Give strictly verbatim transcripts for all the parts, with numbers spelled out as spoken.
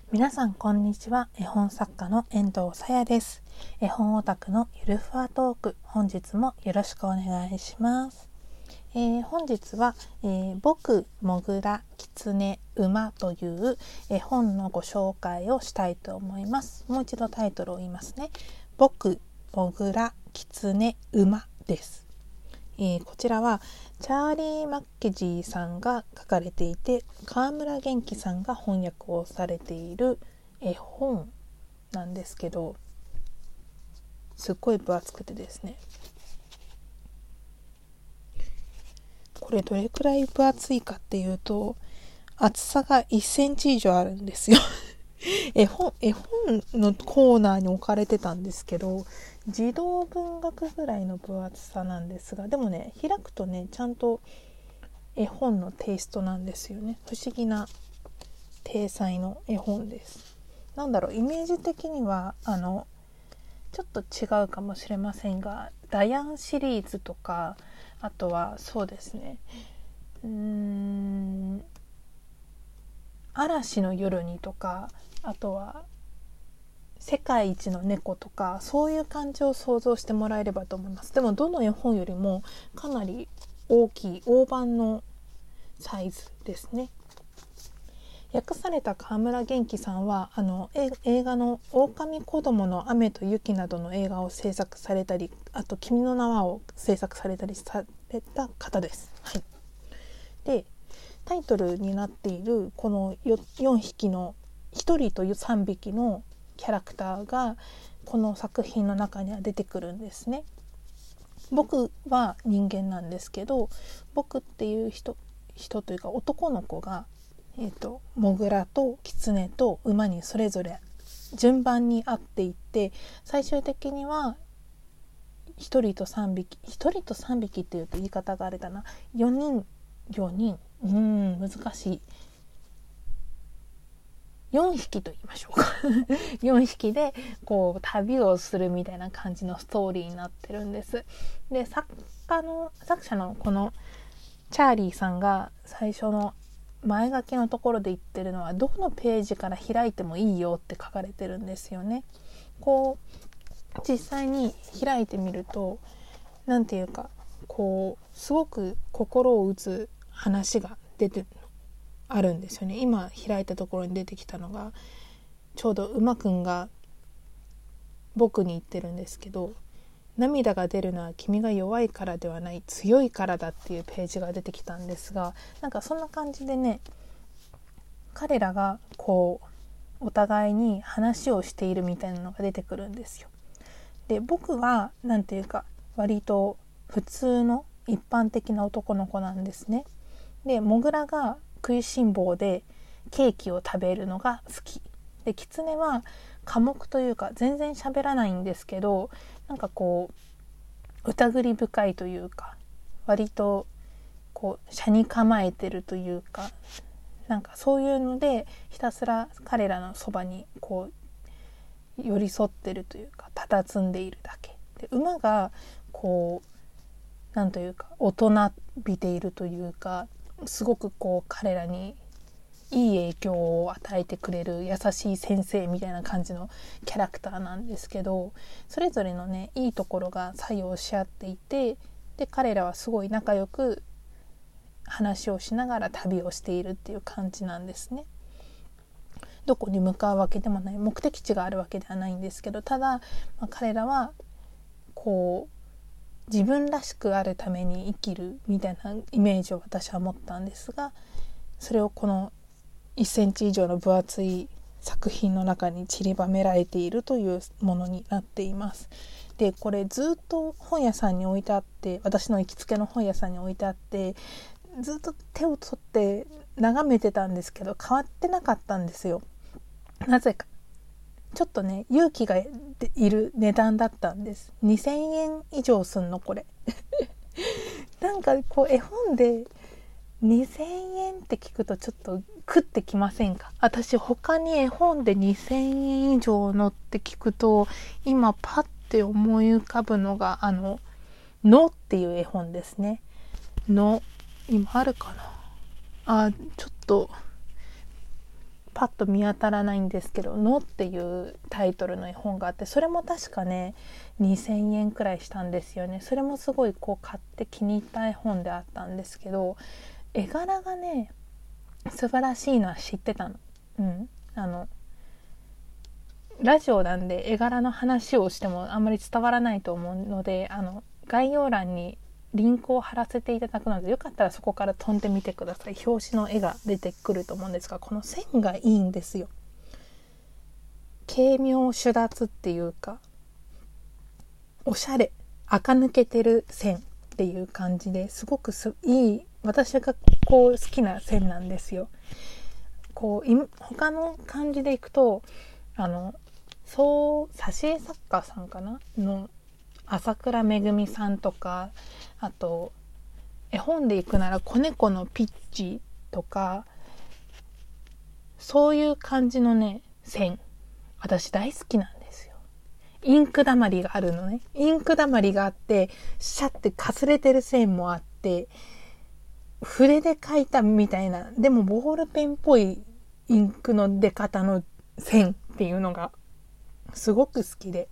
皆さんこんにちは。絵本作家の遠藤さやです。絵本オタクのゆるふわトーク、本日もよろしくお願いします。えー、本日は、えー、僕、もぐら、きつね、馬という絵本のご紹介をしたいと思います。もう一度タイトルを言いますね。僕、もぐら、きつね、馬です。えー、こちらはチャーリー・マッケジーさんが書かれていて、川村元気さんが翻訳をされている絵本なんですけど、すっごい分厚くてですね、これどれくらい分厚いかっていうと、厚さがいっセンチ以上あるんですよ絵本、絵本のコーナーに置かれてたんですけど、児童文学ぐらいの分厚さなんですが、でもね、開くとね、ちゃんと絵本のテイストなんですよね。不思議な体裁の絵本です。なんだろう、イメージ的にはあのちょっと違うかもしれませんが、ダヤンシリーズとか、あとはそうですね、うーん嵐の夜にとか、あとは世界一の猫とか、そういう感じを想像してもらえればと思います。でもどの絵本よりもかなり大きい大判のサイズですね。訳された川村元気さんはあの映画の狼子供の雨と雪などの映画を制作されたり、あと君の名はを制作されたりされた方です。はい、でタイトルになっているこの 4, よんひきのひとりとさんびきのキャラクターがこの作品の中には出てくるんですね。僕は人間なんですけど、僕っていう人人というか男の子が、えーと、モグラとキツネと馬にそれぞれ順番に会っていって、最終的にはひとりとさんびき、ひとりとさんびきっていうと言い方があれだな、よにんよにんうーん難しい、よんひきと言いましょうかよんひきでこう旅をするみたいな感じのストーリーになってるんです。で、作家の作者のこのチャーリーさんが最初の前書きのところで言ってるのは、どのページから開いてもいいよって書かれてるんですよね。こう実際に開いてみると、なんていうか、こうすごく心を打つ話が出てあるんですよね。今開いたところに出てきたのが、ちょうど馬くんが僕に言ってるんですけど、涙が出るのは君が弱いからではない、強いからだっていうページが出てきたんですが、なんかそんな感じでね、彼らがこうお互いに話をしているみたいなのが出てくるんですよ。で、僕はなんていうか割と普通の一般的な男の子なんですね。で、モグラが食いしん坊でケーキを食べるのが好きで、キツネは寡黙というか全然喋らないんですけど、なんかこう疑り深いというか、割とこう斜に構えてるというか、なんかそういうのでひたすら彼らのそばにこう寄り添ってるというか、佇んでいるだけで、馬がこうなんというか大人びているというか、すごくこう彼らにいい影響を与えてくれる優しい先生みたいな感じのキャラクターなんですけど、それぞれのねいいところが作用し合っていて、で彼らはすごい仲良く話をしながら旅をしているっていう感じなんですね。どこに向かうわけでもない、目的地があるわけではないんですけど、ただ、まあ、彼らはこう自分らしくあるために生きるみたいなイメージを私は持ったんですが、それをこのいっセンチ以上の分厚い作品の中に散りばめられているというものになっています。で、これずっと本屋さんに置いてあって、私の行きつけの本屋さんに置いてあって、ずっと手を取って眺めてたんですけど、変わってなかったんですよ。なぜかちょっとね勇気がいる値段だったんです。にせんえん以上すんのこれなんかこう絵本でにせんえんって聞くとちょっと食ってきませんか？私他に絵本でにせんえん以上のって聞くと、今パッて思い浮かぶのがあののっていう絵本ですね。の今あるかなあ、ちょっとパッと見当たらないんですけど「の」っていうタイトルの絵本があって、それも確かねにせんえんくらいしたんですよね。それもすごいこう買って気に入った絵本であったんですけど、絵柄がね素晴らしいのは知ってたの。うん、あのラジオなんで絵柄の話をしてもあんまり伝わらないと思うので、あの概要欄にリンクを貼らせていただくので、よかったらそこから飛んでみてください。表紙の絵が出てくると思うんですが、この線がいいんですよ。軽妙手脱っていうか、おしゃれ、垢抜けてる線っていう感じですごくすいい、私がこう好きな線なんですよ。こう他の感じでいくと、あのそう挿絵作家さんかなの朝倉めぐみさんとか、あと絵本でいくなら子猫のピッチとか、そういう感じのね線、私大好きなんですよ。インクだまりがあるのね。インクだまりがあって、シャってかすれてる線もあって、筆で描いたみたいな、でもボールペンっぽいインクの出方の線っていうのがすごく好きで、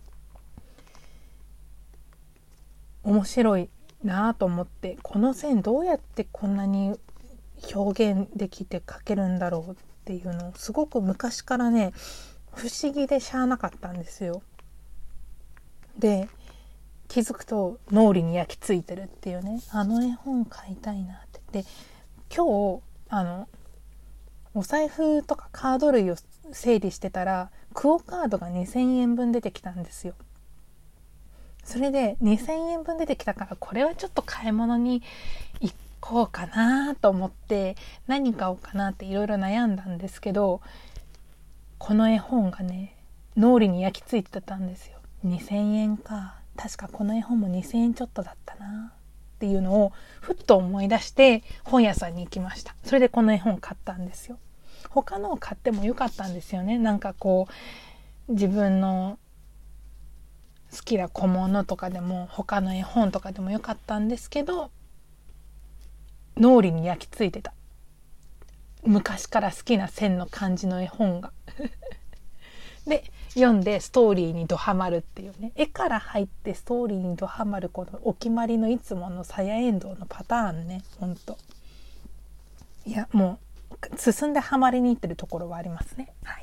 面白いなと思って、この線どうやってこんなに表現できて描けるんだろうっていうのをすごく昔からね不思議でしゃあなかったんですよ。で気づくと脳裏に焼き付いてるっていうね、あの絵本買いたいなって。で今日あのお財布とかカード類を整理してたらクオカードがにせんえんぶん出てきたんですよ。それでにせんえんぶん出てきたから、これはちょっと買い物に行こうかなと思って何買おうかなっていろいろ悩んだんですけど、この絵本がね脳裏に焼き付いてたんですよ。にせんえんか、確かこの絵本もにせんえんちょっとだったなっていうのをふっと思い出して本屋さんに行きました。それでこの絵本買ったんですよ。他のを買ってもよかったんですよね。なんかこう自分の好きな小物とかでも他の絵本とかでもよかったんですけど、脳裏に焼き付いてた昔から好きな線の感じの絵本がで読んでストーリーにドハマるっていうね、絵から入ってストーリーにドハマるこのお決まりのいつものさやえんどうのパターンね。ほんといやもう進んでハマりにいってるところはありますね。はい。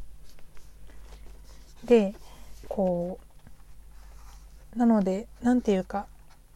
でこうなのでなんていうか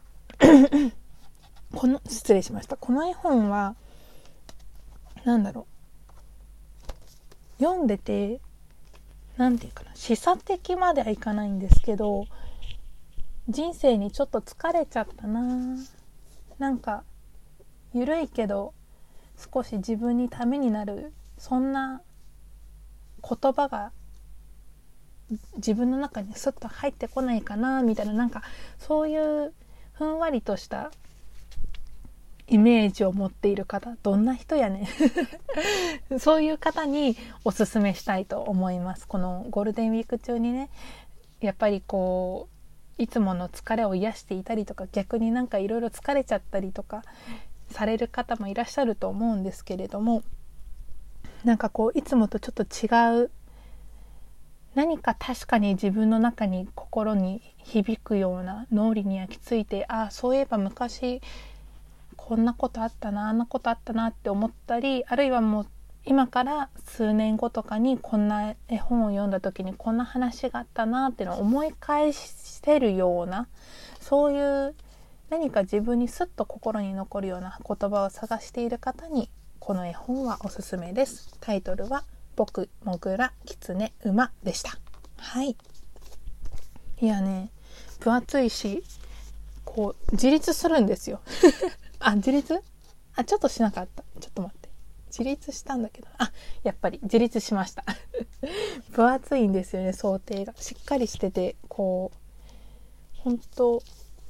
この失礼しましたこの絵本はなんだろう、読んでてなんていうかな、示唆的まではいかないんですけど、人生にちょっと疲れちゃったな、なんかゆるいけど少し自分にためになる、そんな言葉が自分の中にスッと入ってこないかなみたいな、なんかそういうふんわりとしたイメージを持っている方、どんな人やねそういう方におすすめしたいと思います。このゴールデンウィーク中にね、やっぱりこういつもの疲れを癒していたりとか、逆になんかいろいろ疲れちゃったりとかされる方もいらっしゃると思うんですけれども、なんかこういつもとちょっと違う何か確かに自分の中に心に響くような、脳裏に焼き付いて、ああそういえば昔こんなことあったな、あんなことあったなって思ったり、あるいはもう今から数年後とかにこんな絵本を読んだ時にこんな話があったなっていうのを思い返せるような、そういう何か自分にスッと心に残るような言葉を探している方にこの絵本はおすすめです。タイトルは僕、モグラ、キツネ、馬でした。はい。いやね、分厚いし、こう自立するんですよ。あ、自立？あ、ちょっとしなかった。ちょっと待って。自立したんだけど、あ、やっぱり自立しました。分厚いんですよね、想定が。しっかりしてて、こう、本当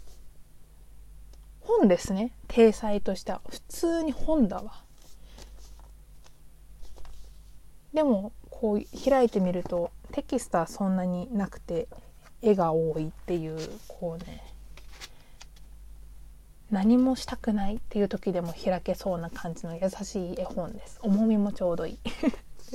本ですね。体裁としては普通に本だわ。でもこう開いてみるとテキストはそんなになくて絵が多いっていう、こうね、何もしたくないっていう時でも開けそうな感じの優しい絵本です。重みもちょうどいい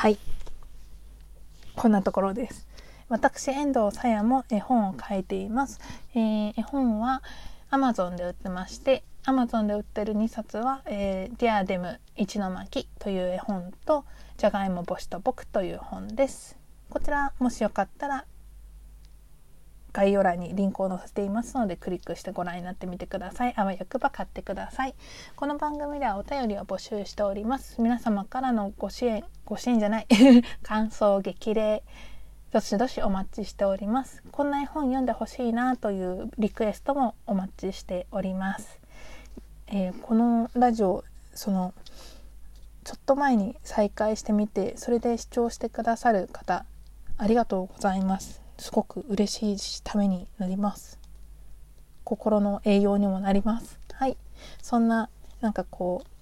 はい、こんなところです。私遠藤さやも絵本を書いています。えー、絵本は Amazon で売ってまして、Amazon で売ってるにさつは、えー、ディアデム一の巻という絵本と、じゃがいも星と僕という本です。こちらもしよかったら概要欄にリンクを載せていますので、クリックしてご覧になってみてください。あわよくば買ってください。この番組ではお便りを募集しております。皆様からのご支援、ご支援じゃない感想、激励、どしどしお待ちしております。こんな絵本読んでほしいなというリクエストもお待ちしております。えー、このラジオ、そのちょっと前に再開してみて、それで視聴してくださる方、ありがとうございます。すごく嬉しいしためになります。心の栄養にもなります。はい、そんななんかこう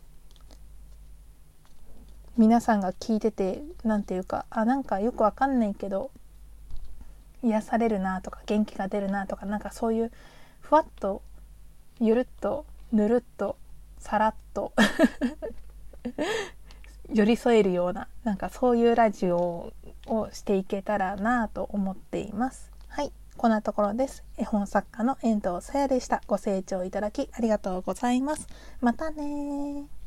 皆さんが聞いてて、なんていうか、あ、なんかよくわかんないけど癒されるなとか元気が出るなとか、なんかそういうふわっとゆるっとぬるっとさらっと寄り添えるような、なんかそういうラジオをしていけたらなと思っています。はい、こんなところです。絵本作家の遠藤さやでした。ご清聴いただきありがとうございます。またね。